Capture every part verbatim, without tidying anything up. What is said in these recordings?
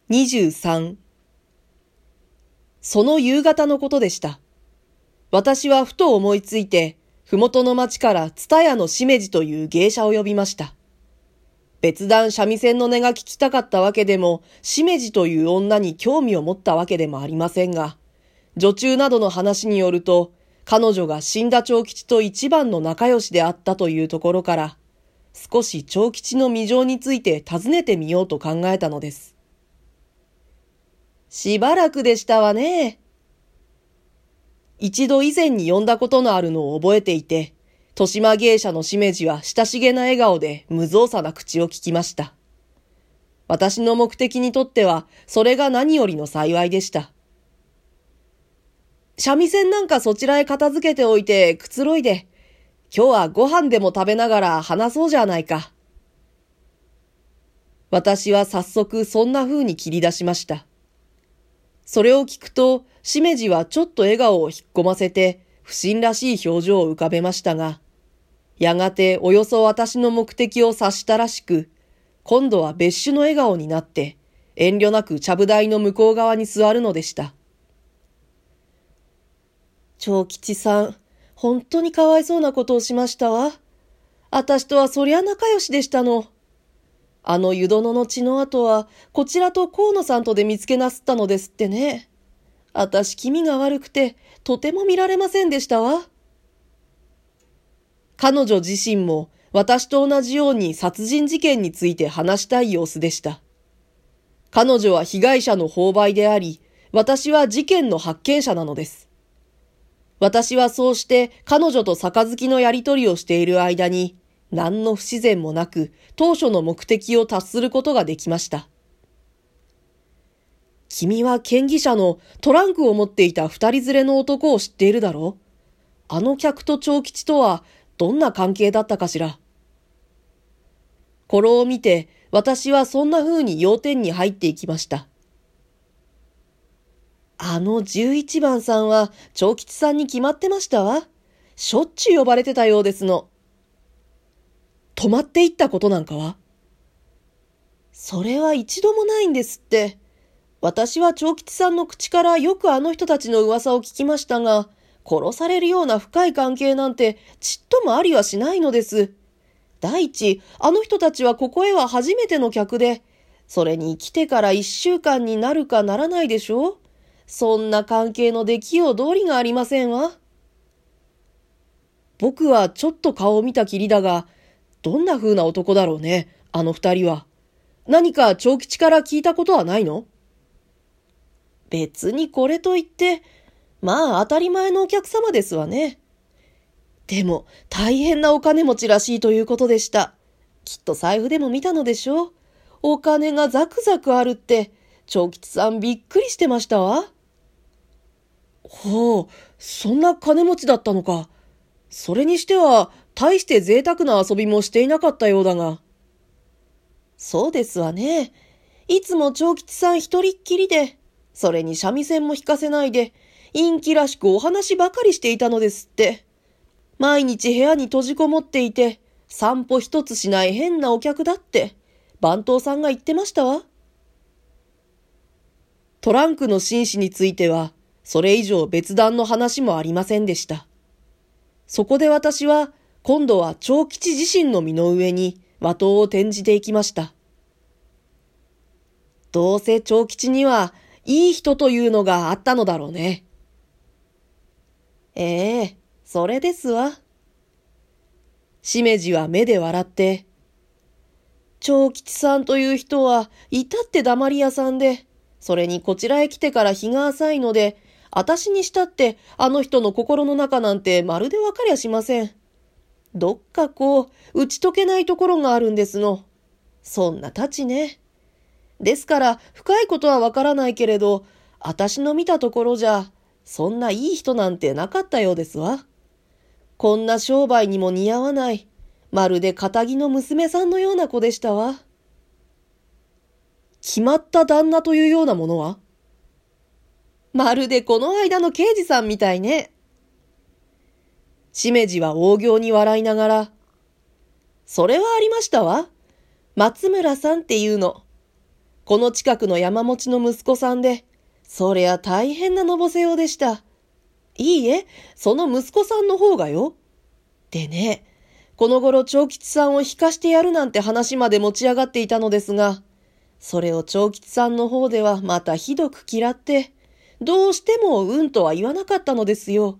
にじゅうさん。その夕方のことでした。私はふと思いついて、ふもとの町から蔦屋のしめじという芸者を呼びました。別段三味線の音が聞きたかったわけでも、しめじという女に興味を持ったわけでもありませんが、女中などの話によると、彼女が死んだ長吉と一番の仲良しであったというところから、少し長吉の未情について尋ねてみようと考えたのです。しばらくでしたわね。一度以前に呼んだことのあるのを覚えていて、豊島芸者のしめじは親しげな笑顔で無造作な口を聞きました。私の目的にとっては、それが何よりの幸いでした。三味線なんかそちらへ片付けておいてくつろいで、今日はご飯でも食べながら話そうじゃないか。私は早速そんな風に切り出しました。それを聞くと、しめじはちょっと笑顔を引っ込ませて、不審らしい表情を浮かべましたが、やがておよそ私の目的を察したらしく、今度は別種の笑顔になって、遠慮なくちゃぶ台の向こう側に座るのでした。長吉さん、本当にかわいそうなことをしましたわ。あたしとはそりゃ仲良しでしたの。あの湯殿の血の跡は、こちらと河野さんとで見つけなすったのですってね。あたし気味が悪くて、とても見られませんでしたわ。彼女自身も、私と同じように殺人事件について話したい様子でした。彼女は被害者の購買であり、私は事件の発見者なのです。私はそうして彼女と杯のやりとりをしている間に、何の不自然もなく当初の目的を達することができました。君は嫌疑者のトランクを持っていた二人連れの男を知っているだろう？あの客と長吉とはどんな関係だったかしら。これを見て私はそんな風に要点に入っていきました。あの十一番さんは長吉さんに決まってましたわ。しょっちゅう呼ばれてたようですの。泊まっていったことなんかは？それは一度もないんですって。私は長吉さんの口からよくあの人たちの噂を聞きましたが、殺されるような深い関係なんてちっともありはしないのです。第一、あの人たちはここへは初めての客で、それに来てから一週間になるかならないでしょう。そんな関係の出来よう道理がありませんわ。僕はちょっと顔を見たきりだが、どんな風な男だろうね、あの二人は。何か長吉から聞いたことはないの？別にこれといって、まあ当たり前のお客様ですわね。でも大変なお金持ちらしいということでした。きっと財布でも見たのでしょう。お金がザクザクあるって、長吉さんびっくりしてましたわ。ほう、そんな金持ちだったのか。それにしては、大して贅沢な遊びもしていなかったようだが。そうですわね。いつも長吉さん一人っきりで、それに三味線も弾かせないで、陰気らしくお話ばかりしていたのですって。毎日部屋に閉じこもっていて、散歩一つしない変なお客だって、番頭さんが言ってましたわ。トランクの紳士については、それ以上別段の話もありませんでした。そこで私は、今度は長吉自身の身の上に的を転じていきました。どうせ長吉には、いい人というのがあったのだろうね。ええ、それですわ。しめじは目で笑って、長吉さんという人はいたって黙り屋さんで、それにこちらへ来てから日が浅いので、あたしにしたってあの人の心の中なんてまるでわかりゃしません。どっかこう、打ち解けないところがあるんですの。そんなたちね。ですから、深いことはわからないけれど、あたしの見たところじゃ、そんないい人なんてなかったようですわ。こんな商売にも似合わない、まるで堅気の娘さんのような子でしたわ。決まった旦那というようなものは？まるでこの間の刑事さんみたいね。しめじは大行に笑いながら、それはありましたわ。松村さんっていうの。 この近くの山持ちの息子さんで、そりゃ大変なのぼせようでした。いいえ、その息子さんの方がよ。でね、この頃長吉さんを引かしてやるなんて話まで持ち上がっていたのですが、それを長吉さんの方ではまたひどく嫌って、どうしてもうんとは言わなかったのですよ。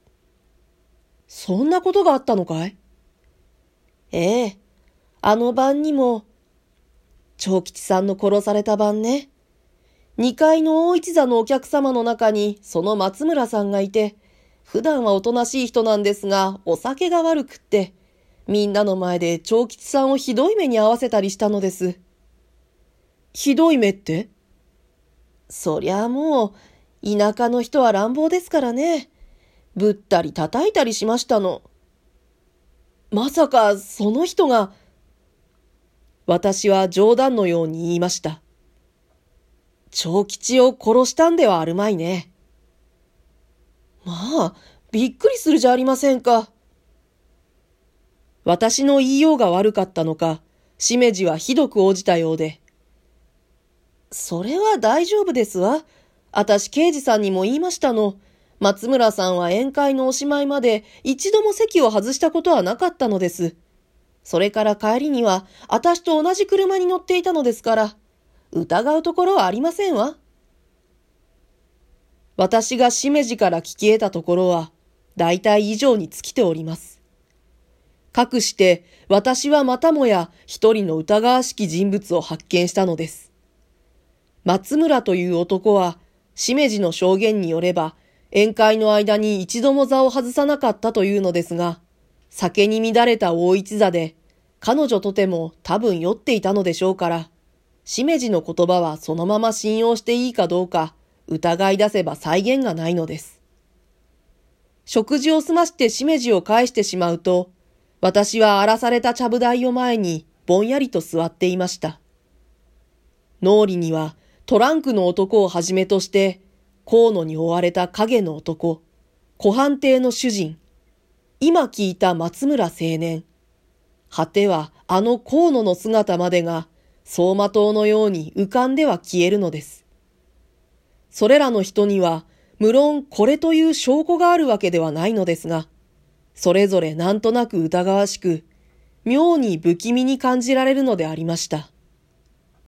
そんなことがあったのかい？ええ、あの晩にも、長吉さんの殺された晩ね、二階の大一座のお客様の中にその松村さんがいて、普段はおとなしい人なんですが、お酒が悪くって、みんなの前で長吉さんをひどい目に遭わせたりしたのです。ひどい目って？そりゃあもう、田舎の人は乱暴ですからね。ぶったり叩いたりしましたの。まさかその人が、私は冗談のように言いました。長吉を殺したんではあるまいね。まあ、びっくりするじゃありませんか。私の言いようが悪かったのか、しめじはひどく応じたようで。それは大丈夫ですわ。あたし刑事さんにも言いましたの。松村さんは宴会のおしまいまで一度も席を外したことはなかったのです。それから帰りには、あたしと同じ車に乗っていたのですから、疑うところはありませんわ。私がしめじから聞き得たところは、大体以上に尽きております。かくして私はまたもや一人の疑わしき人物を発見したのです。松村という男は、しめじの証言によれば、宴会の間に一度も座を外さなかったというのですが、酒に乱れた大一座で、彼女とても多分酔っていたのでしょうから、しめじの言葉はそのまま信用していいかどうか、疑い出せば際限がないのです。食事を済ましてしめじを返してしまうと、私は荒らされたちゃぶ台を前にぼんやりと座っていました。脳裏にはトランクの男をはじめとして、河野に追われた影の男、湖畔亭の主人、今聞いた松村青年、果てはあの河野の姿までが走馬灯のように浮かんでは消えるのです。それらの人には、無論これという証拠があるわけではないのですが、それぞれなんとなく疑わしく、妙に不気味に感じられるのでありました。